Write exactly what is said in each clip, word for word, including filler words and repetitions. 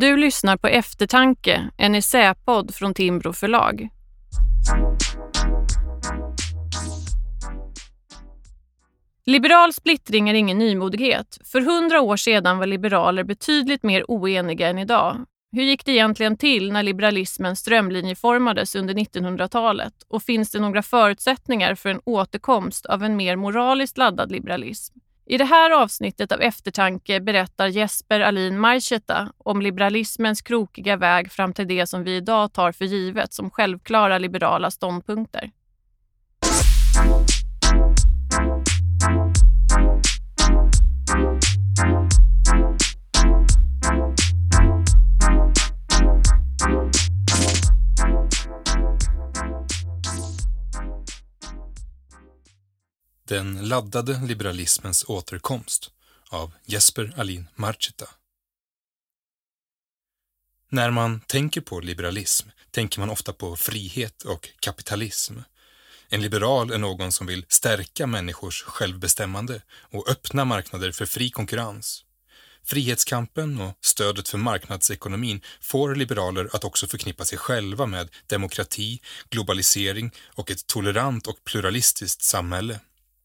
Du lyssnar på Eftertanke, en essäpodd från Timbro förlag. Liberal splittring är ingen nymodighet. För hundra år sedan var liberaler betydligt mer oeniga än idag. Hur gick det egentligen till när liberalismen strömlinjeformades under nittonhundratalet? Och finns det några förutsättningar för en återkomst av en mer moraliskt laddad liberalism? I det här avsnittet av Eftertanke berättar Jesper Alin Marcheta om liberalismens krokiga väg fram till det som vi idag tar för givet som självklara liberala ståndpunkter. Den laddade liberalismens återkomst av Jesper Alin Marcheta. När man tänker på liberalism tänker man ofta på frihet och kapitalism. En liberal är någon som vill stärka människors självbestämmande och öppna marknader för fri konkurrens. Frihetskampen och stödet för marknadsekonomin får liberaler att också förknippa sig själva med demokrati, globalisering och ett tolerant och pluralistiskt samhälle.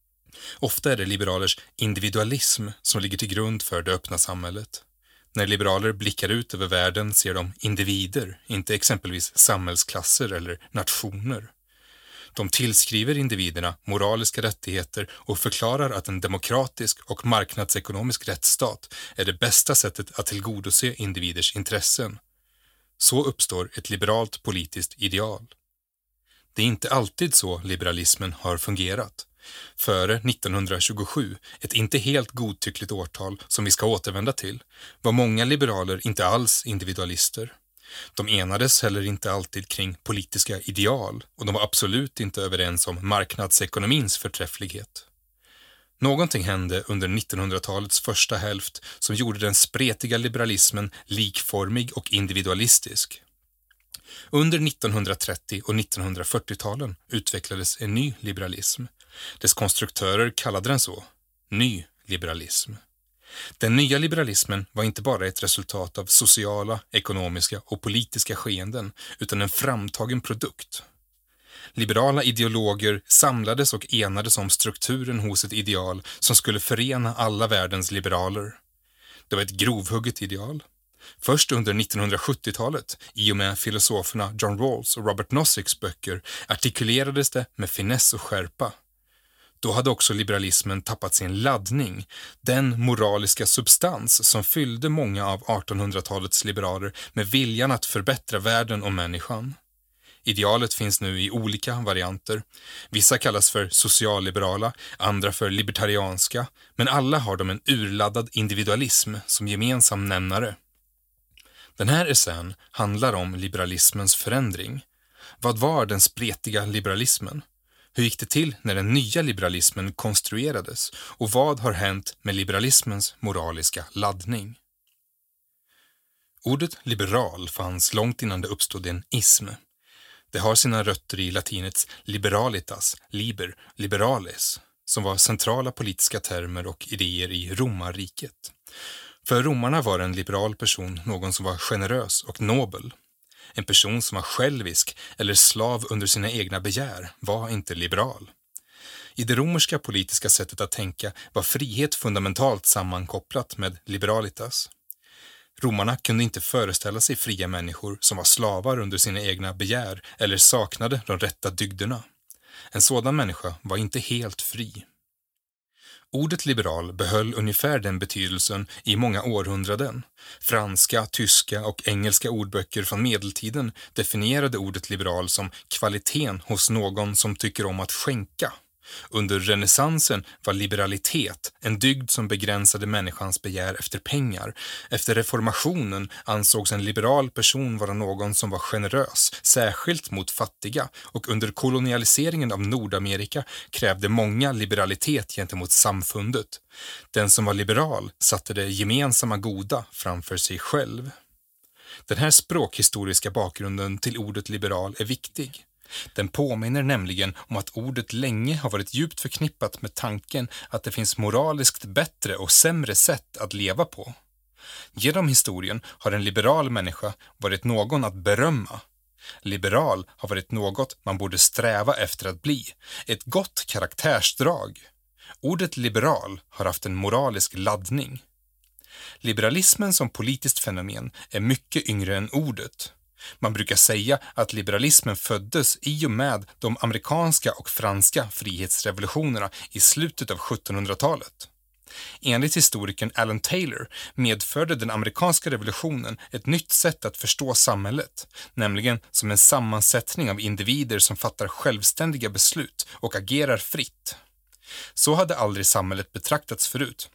Ofta är det liberalers individualism som ligger till grund för det öppna samhället. När liberaler blickar ut över världen ser de individer, inte exempelvis samhällsklasser eller nationer. De tillskriver individerna moraliska rättigheter och förklarar att en demokratisk och marknadsekonomisk rättsstat är det bästa sättet att tillgodose individers intressen. Så uppstår ett liberalt politiskt ideal. Det är inte alltid så liberalismen har fungerat. Före nittonhundratjugosju, ett inte helt godtyckligt årtal som vi ska återvända till, var många liberaler inte alls individualister. De enades heller inte alltid kring politiska ideal och de var absolut inte överens om marknadsekonomins förträfflighet. Någonting hände under nittonhundratalets första hälft som gjorde den spretiga liberalismen likformig och individualistisk. Under nittonhundratrettio- och nittonhundrafyrtiotalen utvecklades en ny liberalism. Dess konstruktörer kallade den så, ny liberalism. Den nya liberalismen var inte bara ett resultat av sociala, ekonomiska och politiska skeenden utan en framtagen produkt. Liberala ideologer samlades och enades om strukturen hos ett ideal som skulle förena alla världens liberaler. Det var ett grovhugget ideal. Först under nittonhundrasjuttiotalet, i och med filosoferna John Rawls och Robert Nozick's böcker, artikulerades det med finess och skärpa. Då hade också liberalismen tappat sin laddning, den moraliska substans som fyllde många av artonhundratalets liberaler med viljan att förbättra världen och människan. Idealet finns nu i olika varianter. Vissa kallas för socialliberala, andra för libertarianska, men alla har de en urladdad individualism som gemensam nämnare. Den här essän handlar om liberalismens förändring. Vad var den spretiga liberalismen? Hur gick det till när den nya liberalismen konstruerades och vad har hänt med liberalismens moraliska laddning? Ordet liberal fanns långt innan det uppstod en ism. Det har sina rötter i latinets liberalitas, liber, liberales, som var centrala politiska termer och idéer i romarriket. För romarna var en liberal person någon som var generös och nobel. En person som var självisk eller slav under sina egna begär var inte liberal. I det romerska politiska sättet att tänka var frihet fundamentalt sammankopplat med liberalitas. Romarna kunde inte föreställa sig fria människor som var slavar under sina egna begär eller saknade de rätta dygderna. En sådan människa var inte helt fri. Ordet liberal behöll ungefär den betydelsen i många århundraden. Franska, tyska och engelska ordböcker från medeltiden definierade ordet liberal som kvaliteten hos någon som tycker om att skänka. Under renässansen var liberalitet en dygd som begränsade människans begär efter pengar. Efter reformationen ansågs en liberal person vara någon som var generös, särskilt mot fattiga, och under kolonialiseringen av Nordamerika krävde många liberalitet gentemot samfundet. Den som var liberal satte det gemensamma goda framför sig själv. Den här språkhistoriska bakgrunden till ordet liberal är viktig. Den påminner nämligen om att ordet länge har varit djupt förknippat med tanken att det finns moraliskt bättre och sämre sätt att leva på. Genom historien har en liberal människa varit någon att berömma. Liberal har varit något man borde sträva efter att bli, ett gott karaktärsdrag. Ordet liberal har haft en moralisk laddning. Liberalismen som politiskt fenomen är mycket yngre än ordet. Man brukar säga att liberalismen föddes i och med de amerikanska och franska frihetsrevolutionerna i slutet av sjuttonhundratalet. Enligt historikern Alan Taylor medförde den amerikanska revolutionen ett nytt sätt att förstå samhället, nämligen som en sammansättning av individer som fattar självständiga beslut och agerar fritt. Så hade aldrig samhället betraktats förut.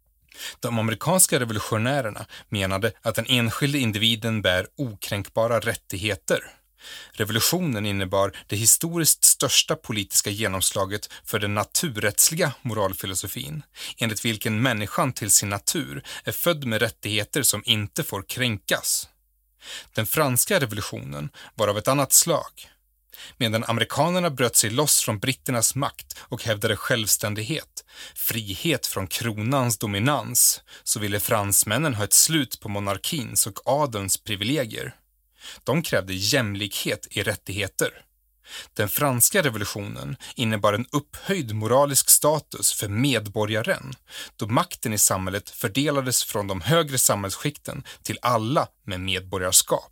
De amerikanska revolutionärerna menade att den enskilde individen bär okränkbara rättigheter. Revolutionen innebar det historiskt största politiska genomslaget för den naturrättsliga moralfilosofin, enligt vilken människan till sin natur är född med rättigheter som inte får kränkas. Den franska revolutionen var av ett annat slag. Medan amerikanerna bröt sig loss från britternas makt och hävdade självständighet, frihet från kronans dominans, så ville fransmännen ha ett slut på monarkins och adelns privilegier. De krävde jämlikhet i rättigheter. Den franska revolutionen innebar en upphöjd moralisk status för medborgaren, då makten i samhället fördelades från de högre samhällsskikten till alla med medborgarskap.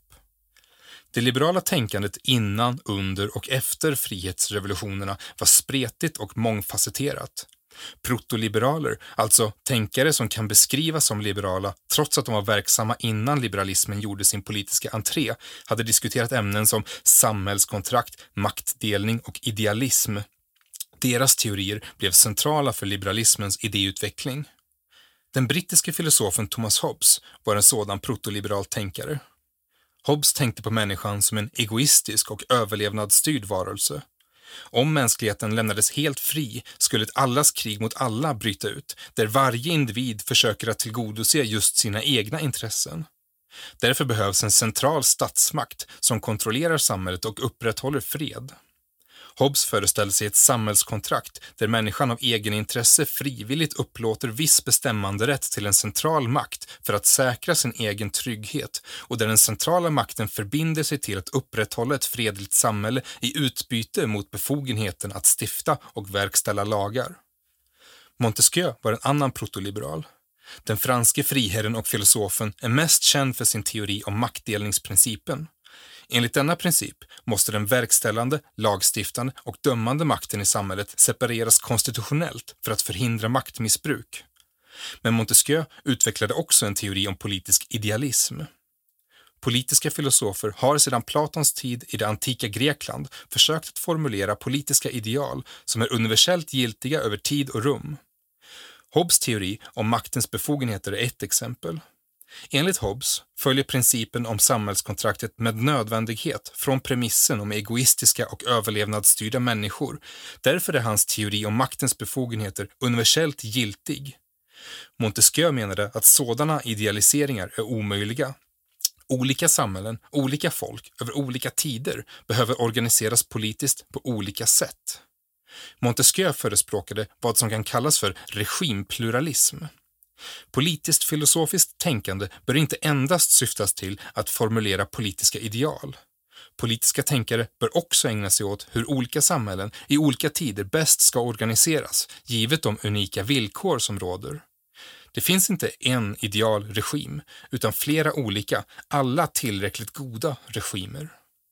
Det liberala tänkandet innan, under och efter frihetsrevolutionerna var spretigt och mångfacetterat. Protoliberaler, alltså tänkare som kan beskrivas som liberala trots att de var verksamma innan liberalismen gjorde sin politiska entré, hade diskuterat ämnen som samhällskontrakt, maktdelning och idealism. Deras teorier blev centrala för liberalismens idéutveckling. Den brittiske filosofen Thomas Hobbes var en sådan protoliberal tänkare. Hobbes tänkte på människan som en egoistisk och överlevnadsstyrd varelse. Om mänskligheten lämnades helt fri skulle ett allas krig mot alla bryta ut, där varje individ försöker att tillgodose just sina egna intressen. Därför behövs en central statsmakt som kontrollerar samhället och upprätthåller fred. Hobbes föreställde sig ett samhällskontrakt där människan av egen intresse frivilligt upplåter viss bestämmanderätt till en central makt för att säkra sin egen trygghet och där den centrala makten förbinder sig till att upprätthålla ett fredligt samhälle i utbyte mot befogenheten att stifta och verkställa lagar. Montesquieu var en annan protoliberal. Den franske friherren och filosofen är mest känd för sin teori om maktdelningsprincipen. Enligt denna princip måste den verkställande, lagstiftande och dömande makten i samhället separeras konstitutionellt för att förhindra maktmissbruk. Men Montesquieu utvecklade också en teori om politisk idealism. Politiska filosofer har sedan Platons tid i det antika Grekland försökt att formulera politiska ideal som är universellt giltiga över tid och rum. Hobbes teori om maktens befogenheter är ett exempel. Enligt Hobbes följer principen om samhällskontraktet med nödvändighet från premissen om egoistiska och överlevnadsstyrda människor. Därför är hans teori om maktens befogenheter universellt giltig. Montesquieu menade att sådana idealiseringar är omöjliga. Olika samhällen, olika folk över olika tider behöver organiseras politiskt på olika sätt. Montesquieu förespråkade vad som kan kallas för regimpluralism. Politiskt filosofiskt tänkande bör inte endast syftas till att formulera politiska ideal. Politiska tänkare bör också ägna sig åt hur olika samhällen i olika tider bäst ska organiseras, givet de unika villkor som råder. Det finns inte en ideal regim, utan flera olika, alla tillräckligt goda regimer.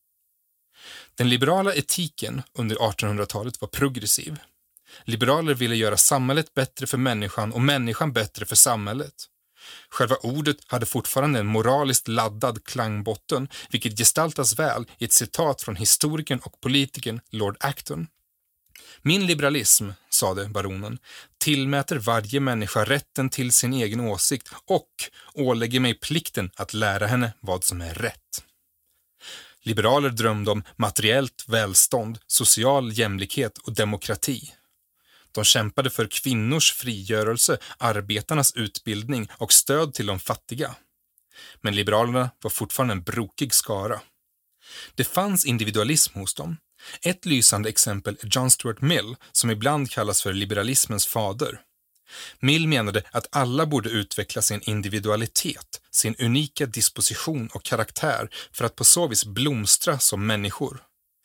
Den liberala etiken under artonhundratalet var progressiv. Liberaler ville göra samhället bättre för människan och människan bättre för samhället. Själva ordet hade fortfarande en moraliskt laddad klangbotten, vilket gestaltas väl i ett citat från historikern och politikern Lord Acton. Min liberalism, sade baronen, tillmäter varje människa rätten till sin egen åsikt och ålägger mig plikten att lära henne vad som är rätt. Liberaler drömde om materiellt välstånd, social jämlikhet och demokrati. De kämpade för kvinnors frigörelse, arbetarnas utbildning och stöd till de fattiga. Men liberalerna var fortfarande en brokig skara. Det fanns individualism hos dem. Ett lysande exempel är John Stuart Mill, som ibland kallas för liberalismens fader. Mill menade att alla borde utveckla sin individualitet, sin unika disposition och karaktär för att på så vis blomstra som människor.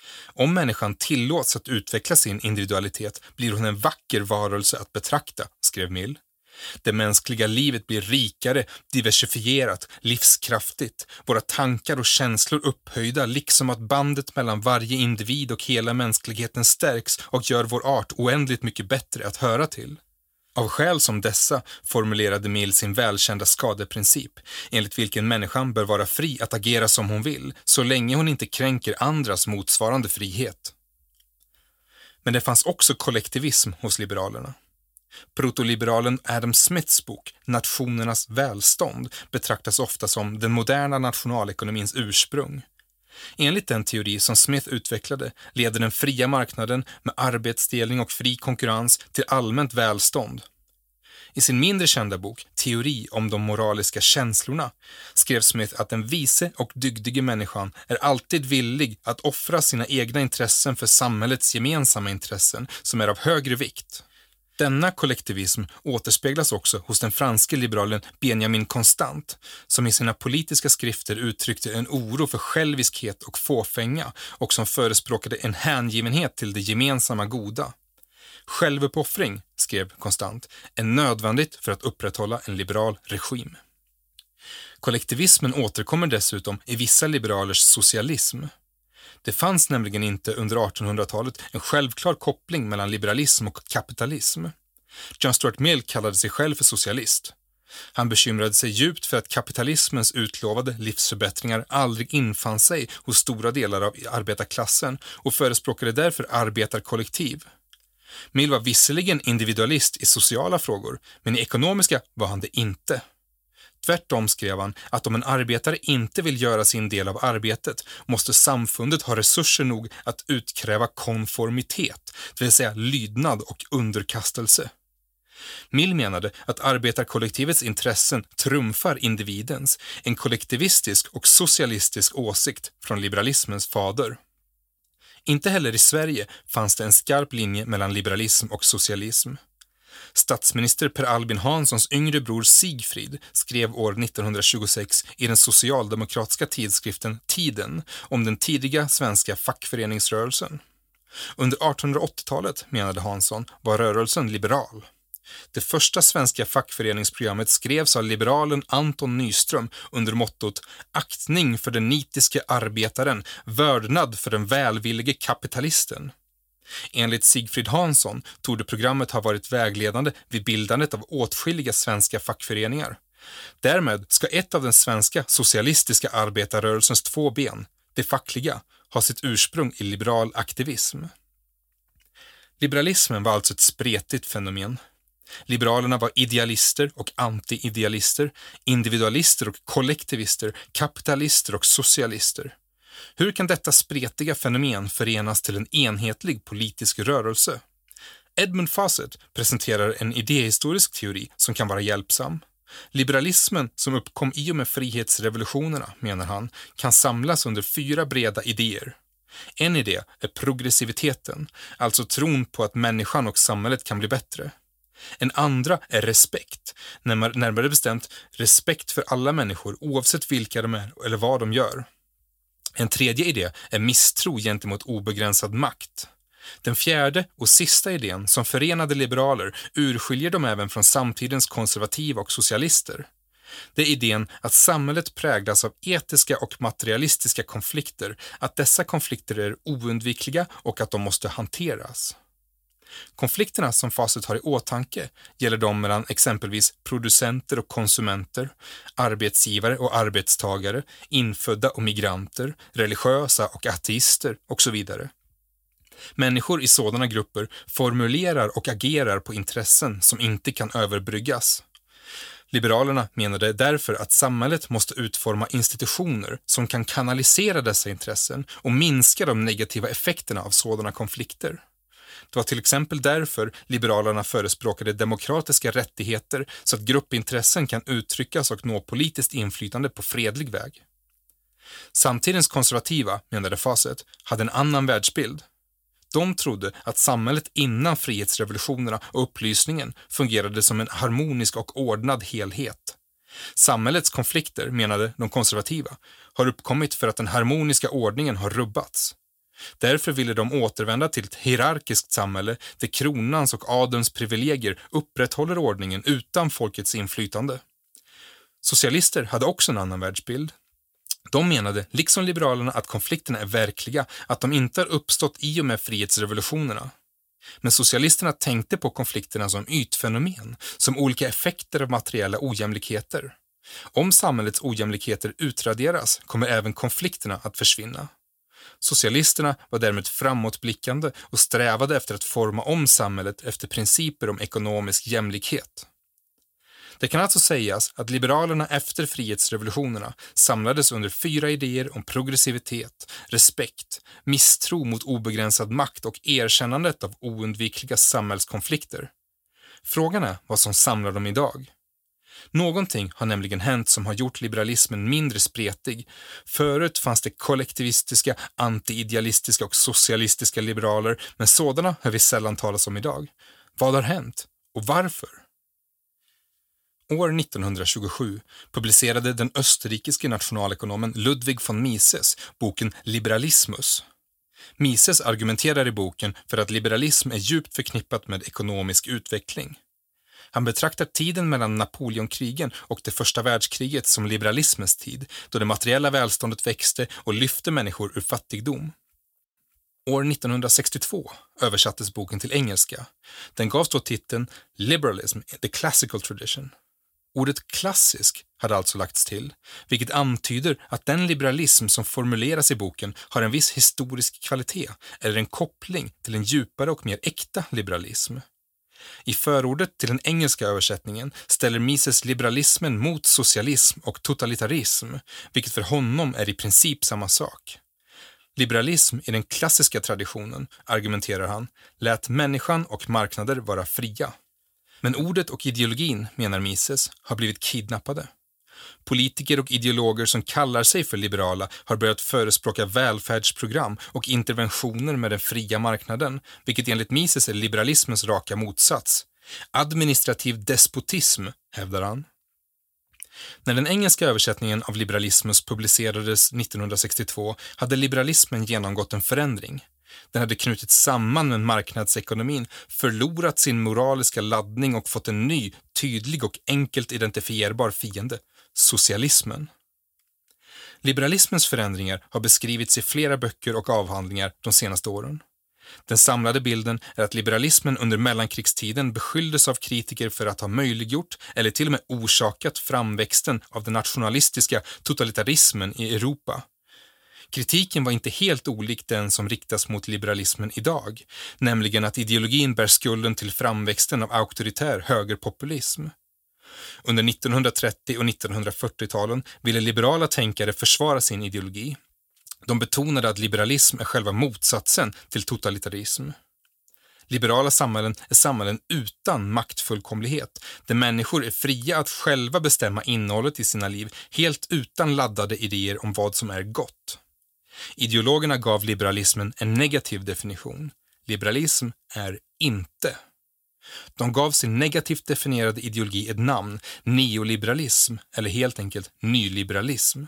Om människan tillåts att utveckla sin individualitet blir hon en vacker varelse att betrakta, skrev Mill. Det mänskliga livet blir rikare, diversifierat, livskraftigt. Våra tankar och känslor upphöjda, liksom att bandet mellan varje individ och hela mänskligheten stärks och gör vår art oändligt mycket bättre att höra till. Av skäl som dessa formulerade Mill sin välkända skadeprincip, enligt vilken människan bör vara fri att agera som hon vill, så länge hon inte kränker andras motsvarande frihet. Men det fanns också kollektivism hos liberalerna. Protoliberalen Adam Smiths bok Nationernas välstånd betraktas ofta som den moderna nationalekonomins ursprung. Enligt den teori som Smith utvecklade leder den fria marknaden med arbetsdelning och fri konkurrens till allmänt välstånd. I sin mindre kända bok Teori om de moraliska känslorna skrev Smith att den vise och dygdige människan är alltid villig att offra sina egna intressen för samhällets gemensamma intressen som är av högre vikt. Denna kollektivism återspeglas också hos den franske liberalen Benjamin Constant, som i sina politiska skrifter uttryckte en oro för själviskhet och fåfänga och som förespråkade en hängivenhet till det gemensamma goda. Självuppoffring, skrev Constant, är nödvändigt för att upprätthålla en liberal regim. Kollektivismen återkommer dessutom i vissa liberalers socialism. Det fanns nämligen inte under artonhundratalet en självklar koppling mellan liberalism och kapitalism. John Stuart Mill kallade sig själv för socialist. Han bekymrade sig djupt för att kapitalismens utlovade livsförbättringar aldrig infann sig hos stora delar av arbetarklassen och förespråkade därför arbetarkollektiv. Mill var visserligen individualist i sociala frågor, men i ekonomiska var han det inte. Tvärtom skrev han att om en arbetare inte vill göra sin del av arbetet måste samfundet ha resurser nog att utkräva konformitet, det vill säga lydnad och underkastelse. Mill menade att arbetarkollektivets intressen trumfar individens, en kollektivistisk och socialistisk åsikt från liberalismens fader. Inte heller i Sverige fanns det en skarp linje mellan liberalism och socialism. Statsminister Per Albin Hanssons yngre bror Sigfrid skrev år nittonhundratjugosex i den socialdemokratiska tidskriften Tiden om den tidiga svenska fackföreningsrörelsen. Under artonhundraåttiotalet, menade Hansson, var rörelsen liberal. Det första svenska fackföreningsprogrammet skrevs av liberalen Anton Nyström under mottot aktning för den nitiske arbetaren, vördnad för den välvillige kapitalisten. Enligt Sigfrid Hansson torde programmet ha varit vägledande vid bildandet av åtskilliga svenska fackföreningar. Därmed ska ett av den svenska socialistiska arbetarrörelsens två ben, det fackliga, ha sitt ursprung i liberal aktivism. Liberalismen var alltså ett spretigt fenomen. Liberalerna var idealister och anti-idealister, individualister och kollektivister, kapitalister och socialister. Hur kan detta spretiga fenomen förenas till en enhetlig politisk rörelse? Edmund Fawcett presenterar en idéhistorisk teori som kan vara hjälpsam. Liberalismen som uppkom i och med frihetsrevolutionerna, menar han, kan samlas under fyra breda idéer. En idé är progressiviteten, alltså tron på att människan och samhället kan bli bättre. En andra är respekt, närmare bestämt respekt för alla människor oavsett vilka de är eller vad de gör. En tredje idé är misstro gentemot obegränsad makt. Den fjärde och sista idén som förenade liberaler urskiljer dem även från samtidens konservativa och socialister. Det är idén att samhället präglas av etiska och materialistiska konflikter, att dessa konflikter är oundvikliga och att de måste hanteras. Konflikterna som Fawcett har i åtanke gäller de mellan exempelvis producenter och konsumenter, arbetsgivare och arbetstagare, infödda och migranter, religiösa och ateister och så vidare. Människor i sådana grupper formulerar och agerar på intressen som inte kan överbryggas. Liberalerna menade därför att samhället måste utforma institutioner som kan kanalisera dessa intressen och minska de negativa effekterna av sådana konflikter. Det var till exempel därför liberalerna förespråkade demokratiska rättigheter så att gruppintressen kan uttryckas och nå politiskt inflytande på fredlig väg. Samtidens konservativa, menade Fawcett, hade en annan världsbild. De trodde att samhället innan frihetsrevolutionerna och upplysningen fungerade som en harmonisk och ordnad helhet. Samhällets konflikter, menade de konservativa, har uppkommit för att den harmoniska ordningen har rubbats. Därför ville de återvända till ett hierarkiskt samhälle där kronans och adelns privilegier upprätthåller ordningen utan folkets inflytande. Socialister hade också en annan världsbild. De menade, liksom liberalerna, att konflikterna är verkliga, att de inte har uppstått i och med frihetsrevolutionerna. Men socialisterna tänkte på konflikterna som ytfenomen, som olika effekter av materiella ojämlikheter. Om samhällets ojämlikheter utraderas kommer även konflikterna att försvinna. Socialisterna var därmed framåtblickande och strävade efter att forma om samhället efter principer om ekonomisk jämlikhet. Det kan alltså sägas att liberalerna efter frihetsrevolutionerna samlades under fyra idéer om progressivitet, respekt, misstro mot obegränsad makt och erkännandet av oundvikliga samhällskonflikter. Frågan är vad som samlar dem idag. Någonting har nämligen hänt som har gjort liberalismen mindre spretig. Förut fanns det kollektivistiska, anti-idealistiska och socialistiska liberaler, men sådana hör vi sällan talas om idag. Vad har hänt och varför? År nittonhundratjugosju publicerade den österrikiske nationalekonomen Ludwig von Mises boken Liberalismus. Mises argumenterar i boken för att liberalism är djupt förknippat med ekonomisk utveckling. Han betraktar tiden mellan Napoleonkrigen och det första världskriget som liberalismens tid, då det materiella välståndet växte och lyfte människor ur fattigdom. År nittonhundrasextiotvå översattes boken till engelska. Den gavs då titeln Liberalism, the Classical Tradition. Ordet klassisk hade alltså lagts till, vilket antyder att den liberalism som formuleras i boken har en viss historisk kvalitet eller en koppling till en djupare och mer äkta liberalism. I förordet till den engelska översättningen ställer Mises liberalismen mot socialism och totalitarism, vilket för honom är i princip samma sak. Liberalism i den klassiska traditionen, argumenterar han, lät människan och marknader vara fria. Men ordet och ideologin, menar Mises, har blivit kidnappade. Politiker och ideologer som kallar sig för liberala har börjat förespråka välfärdsprogram och interventioner med den fria marknaden, vilket enligt Mises är liberalismens raka motsats. Administrativ despotism, hävdar han. När den engelska översättningen av Liberalismus publicerades nittonhundrasextiotvå hade liberalismen genomgått en förändring. Den hade knutits samman med marknadsekonomin, förlorat sin moraliska laddning och fått en ny, tydlig och enkelt identifierbar fiende, socialismen. Liberalismens förändringar har beskrivits i flera böcker och avhandlingar de senaste åren. Den samlade bilden är att liberalismen under mellankrigstiden beskylldes av kritiker för att ha möjliggjort eller till och med orsakat framväxten av den nationalistiska totalitarismen i Europa. Kritiken var inte helt olik den som riktas mot liberalismen idag, nämligen att ideologin bär skulden till framväxten av auktoritär högerpopulism. Under nittonhundratrettio- och nittonhundrafyrtio-talen ville liberala tänkare försvara sin ideologi. De betonade att liberalism är själva motsatsen till totalitarism. Liberala samhällen är samhällen utan maktfullkomlighet, där människor är fria att själva bestämma innehållet i sina liv helt utan laddade idéer om vad som är gott. Ideologerna gav liberalismen en negativ definition. Liberalism är inte. De gav sin negativt definierade ideologi ett namn, neoliberalism eller helt enkelt nyliberalism.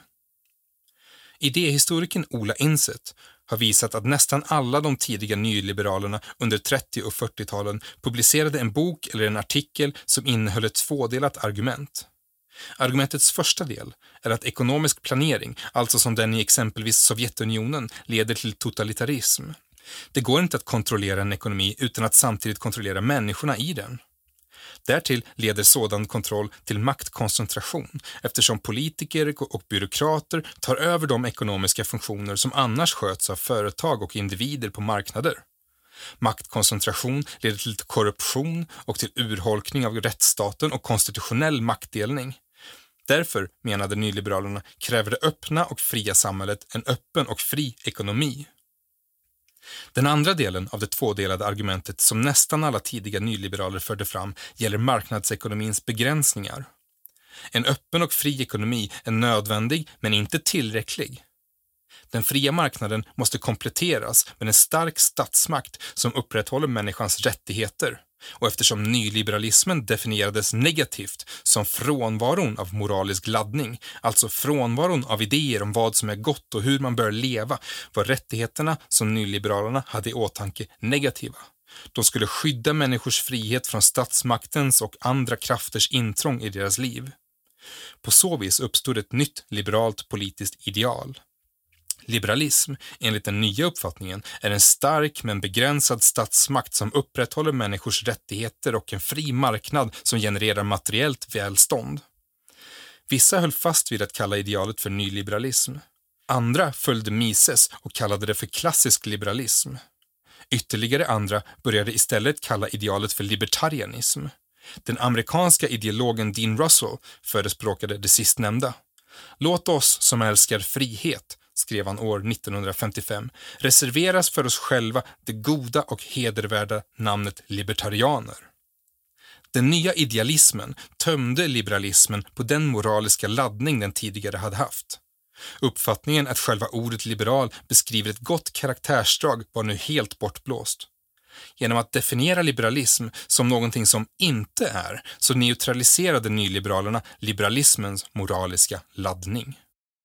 Idéhistorikern Ola Inset har visat att nästan alla de tidiga nyliberalerna under trettio- och fyrtiotalen publicerade en bok eller en artikel som innehöll ett tvådelat argument. Argumentets första del är att ekonomisk planering, alltså som den i exempelvis Sovjetunionen, leder till totalitarism. Det går inte att kontrollera en ekonomi utan att samtidigt kontrollera människorna i den. Därtill leder sådan kontroll till maktkoncentration eftersom politiker och byråkrater tar över de ekonomiska funktioner som annars sköts av företag och individer på marknader. Maktkoncentration leder till korruption och till urholkning av rättsstaten och konstitutionell maktdelning. Därför, menade nyliberalerna, kräver det öppna och fria samhället en öppen och fri ekonomi. Den andra delen av det tvådelade argumentet som nästan alla tidiga nyliberaler förde fram gäller marknadsekonomins begränsningar. En öppen och fri ekonomi är nödvändig men inte tillräcklig. Den fria marknaden måste kompletteras med en stark statsmakt som upprätthåller människans rättigheter. Och eftersom nyliberalismen definierades negativt som frånvaron av moralisk laddning, alltså frånvaron av idéer om vad som är gott och hur man bör leva, var rättigheterna som nyliberalerna hade i åtanke negativa. De skulle skydda människors frihet från statsmaktens och andra krafters intrång i deras liv. På så vis uppstod ett nytt liberalt politiskt ideal. Liberalism, enligt den nya uppfattningen, är en stark men begränsad statsmakt som upprätthåller människors rättigheter och en fri marknad som genererar materiellt välstånd. Vissa höll fast vid att kalla idealet för nyliberalism. Andra följde Mises och kallade det för klassisk liberalism. Ytterligare andra började istället kalla idealet för libertarianism. Den amerikanska ideologen Dean Russell förespråkade det sistnämnda. Låt oss som älskar frihet, skrev han år nittonhundrafemtiofem, reserveras för oss själva det goda och hedervärda namnet libertarianer. Den nya idealismen tömde liberalismen på den moraliska laddning den tidigare hade haft. Uppfattningen att själva ordet liberal beskriver ett gott karaktärsdrag var nu helt bortblåst. Genom att definiera liberalism som någonting som inte är, så neutraliserade nyliberalerna liberalismens moraliska laddning.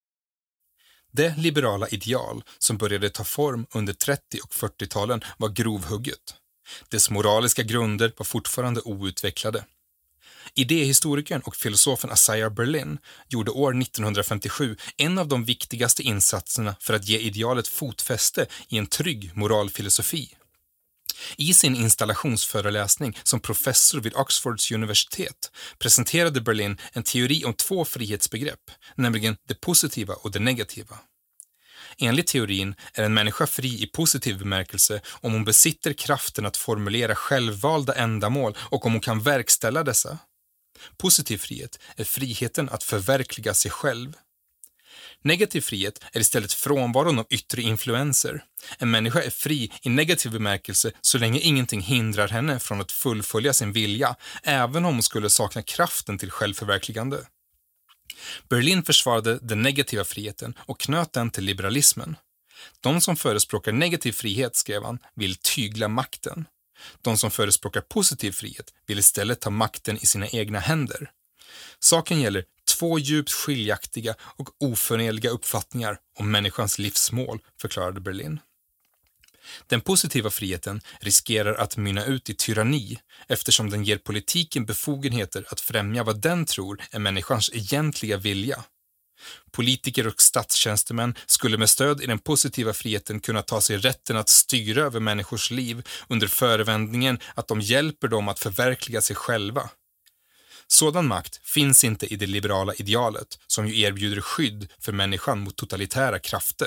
Det liberala ideal som började ta form under trettio- och fyrtiotalen var grovhugget. Dess moraliska grunder var fortfarande outvecklade. Idéhistorikern och filosofen Isaiah Berlin gjorde år nittonhundrafemtiosju en av de viktigaste insatserna för att ge idealet fotfäste i en trygg moralfilosofi. I sin installationsföreläsning som professor vid Oxfords universitet presenterade Berlin en teori om två frihetsbegrepp, nämligen det positiva och det negativa. Enligt teorin är en människa fri i positiv bemärkelse om hon besitter kraften att formulera självvalda ändamål och om hon kan verkställa dessa. Positiv frihet är friheten att förverkliga sig själv. Negativ frihet är istället frånvaron av yttre influenser. En människa är fri i negativ bemärkelse så länge ingenting hindrar henne från att fullfölja sin vilja, även om hon skulle sakna kraften till självförverkligande. Berlin försvarade den negativa friheten och knöt den till liberalismen. De som förespråkar negativ frihet, skrev han, vill tygla makten. De som förespråkar positiv frihet vill istället ta makten i sina egna händer. Saken gäller två djupt skiljaktiga och oförenliga uppfattningar om människans livsmål, förklarade Berlin. Den positiva friheten riskerar att mynna ut i tyranni eftersom den ger politiken befogenheter att främja vad den tror är människans egentliga vilja. Politiker och statstjänstemän skulle med stöd i den positiva friheten kunna ta sig rätten att styra över människors liv under förevändningen att de hjälper dem att förverkliga sig själva. Sådan makt finns inte i det liberala idealet som ju erbjuder skydd för människan mot totalitära krafter.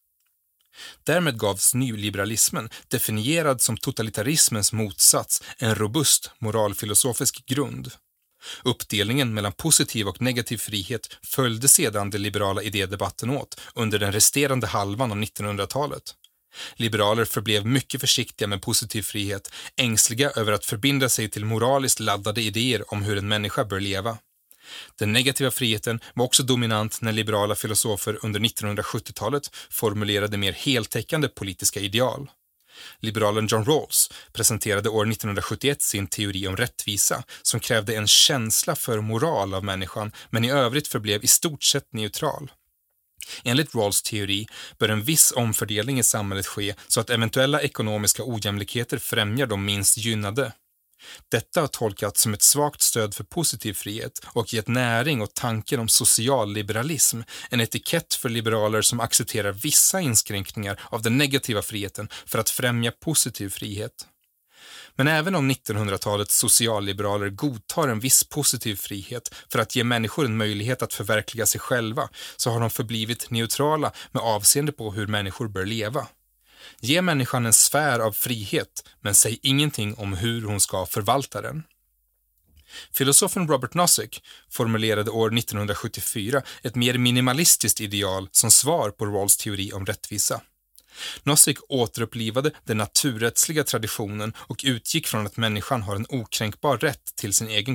Därmed gavs nyliberalismen, definierad som totalitarismens motsats, en robust moralfilosofisk grund. Uppdelningen mellan positiv och negativ frihet följde sedan den liberala idédebatten åt under den resterande halvan av nittonhundratalet. Liberaler förblev mycket försiktiga med positiv frihet, ängsliga över att förbinda sig till moraliskt laddade idéer om hur en människa bör leva. Den negativa friheten var också dominant när liberala filosofer under nittonhundrasjuttiotalet formulerade mer heltäckande politiska ideal. Liberalen John Rawls presenterade år nittonhundrasjuttioett sin teori om rättvisa som krävde en känsla för moral av människan men i övrigt förblev i stort sett neutral. Enligt Rawls teori bör en viss omfördelning i samhället ske så att eventuella ekonomiska ojämlikheter främjar de minst gynnade. Detta har tolkats som ett svagt stöd för positiv frihet och gett näring åt tanken om socialliberalism, en etikett för liberaler som accepterar vissa inskränkningar av den negativa friheten för att främja positiv frihet. Men även om nittonhundratalets socialliberaler godtar en viss positiv frihet för att ge människor en möjlighet att förverkliga sig själva, så har de förblivit neutrala med avseende på hur människor bör leva. Ge människan en sfär av frihet, men säg ingenting om hur hon ska förvalta den. Filosofen Robert Nozick formulerade år nittonhundrasjuttiofyra ett mer minimalistiskt ideal som svar på Rawls teori om rättvisa. Nozick återupplivade den naturrättsliga traditionen och utgick från att människan har en okränkbar rätt till sin egen kropp,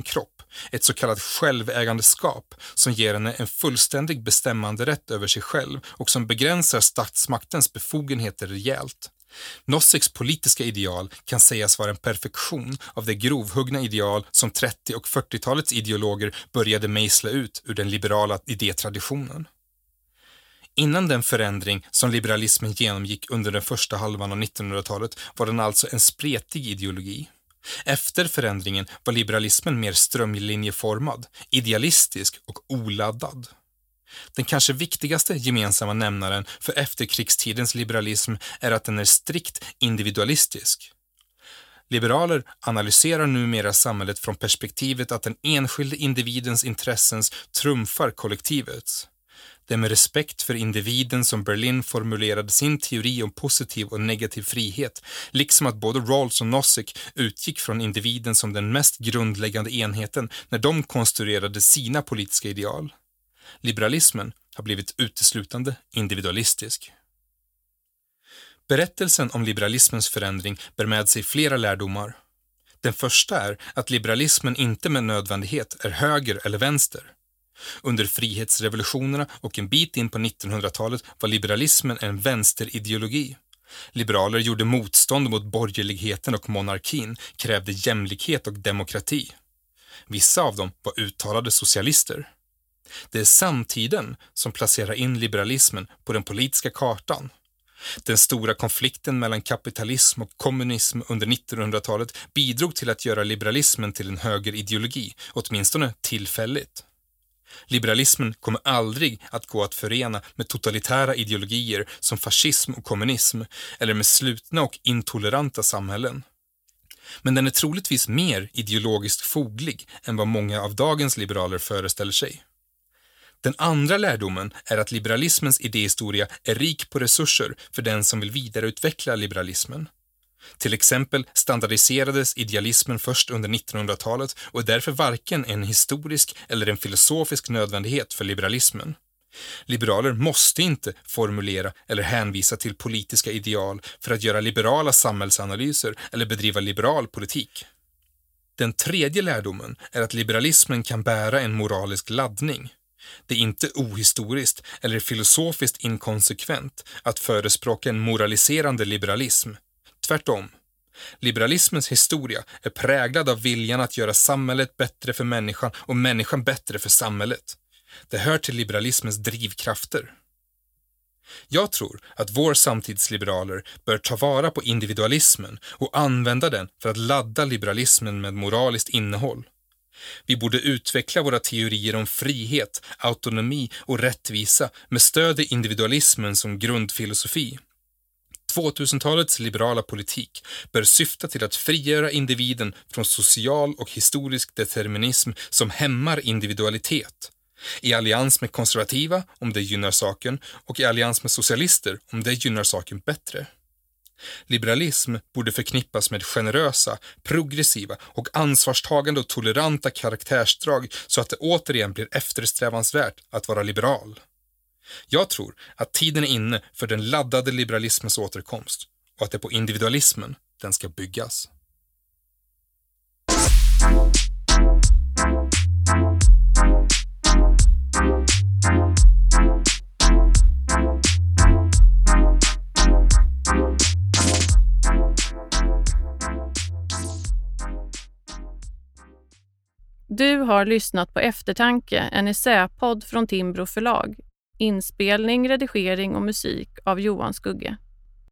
ett så kallat självägandeskap som ger henne en fullständig bestämmanderätt över sig själv och som begränsar statsmaktens befogenheter rejält. Noziks politiska ideal kan sägas vara en perfektion av det grovhuggna ideal som trettio- och fyrtiotalets ideologer började mejsla ut ur den liberala idétraditionen. Innan den förändring som liberalismen genomgick under den första halvan av nittonhundratalet var den alltså en spretig ideologi. Efter förändringen var liberalismen mer strömlinjeformad, idealistisk och oladdad. Den kanske viktigaste gemensamma nämnaren för efterkrigstidens liberalism är att den är strikt individualistisk. Liberaler analyserar numera samhället från perspektivet att den enskilde individens intressens trumfar kollektivets. Det är med respekt för individen som Berlin formulerade sin teori om positiv och negativ frihet, liksom att både Rawls och Nozick utgick från individen som den mest grundläggande enheten när de konstruerade sina politiska ideal. Liberalismen har blivit uteslutande individualistisk. Berättelsen om liberalismens förändring bär med sig flera lärdomar. Den första är att liberalismen inte med nödvändighet är höger eller vänster. Under frihetsrevolutionerna och en bit in på nittonhundratalet var liberalismen en vänsterideologi. Liberaler gjorde motstånd mot borgerligheten och monarkin, krävde jämlikhet och demokrati. Vissa av dem var uttalade socialister. Det är samtiden som placerar in liberalismen på den politiska kartan. Den stora konflikten mellan kapitalism och kommunism under nittonhundratalet bidrog till att göra liberalismen till en högerideologi, åtminstone tillfälligt. Liberalismen kommer aldrig att gå att förena med totalitära ideologier som fascism och kommunism eller med slutna och intoleranta samhällen. Men den är troligtvis mer ideologiskt foglig än vad många av dagens liberaler föreställer sig. Den andra lärdomen är att liberalismens idéhistoria är rik på resurser för den som vill vidareutveckla liberalismen. Till exempel standardiserades idealismen först under nittonhundratalet och är därför varken en historisk eller en filosofisk nödvändighet för liberalismen. Liberaler måste inte formulera eller hänvisa till politiska ideal för att göra liberala samhällsanalyser eller bedriva liberal politik. Den tredje lärdomen är att liberalismen kan bära en moralisk laddning. Det är inte ohistoriskt eller filosofiskt inkonsekvent att förespråka en moraliserande liberalism. Tvärtom. Liberalismens historia är präglad av viljan att göra samhället bättre för människan och människan bättre för samhället. Det hör till liberalismens drivkrafter. Jag tror att vår samtidsliberaler bör ta vara på individualismen och använda den för att ladda liberalismen med moraliskt innehåll. Vi borde utveckla våra teorier om frihet, autonomi och rättvisa med stöd i individualismen som grundfilosofi. tvåtusentalets liberala politik bör syfta till att frigöra individen från social och historisk determinism som hämmar individualitet, i allians med konservativa om det gynnar saken och i allians med socialister om det gynnar saken bättre. Liberalism borde förknippas med generösa, progressiva och ansvarstagande och toleranta karaktärsdrag så att det återigen blir eftersträvansvärt att vara liberal. Jag tror att tiden är inne för den laddade liberalismens återkomst och att det är på individualismen den ska byggas. Du har lyssnat på Eftertanke, en essäpodd från Timbro förlag. Inspelning, redigering och musik av Johan Skugge.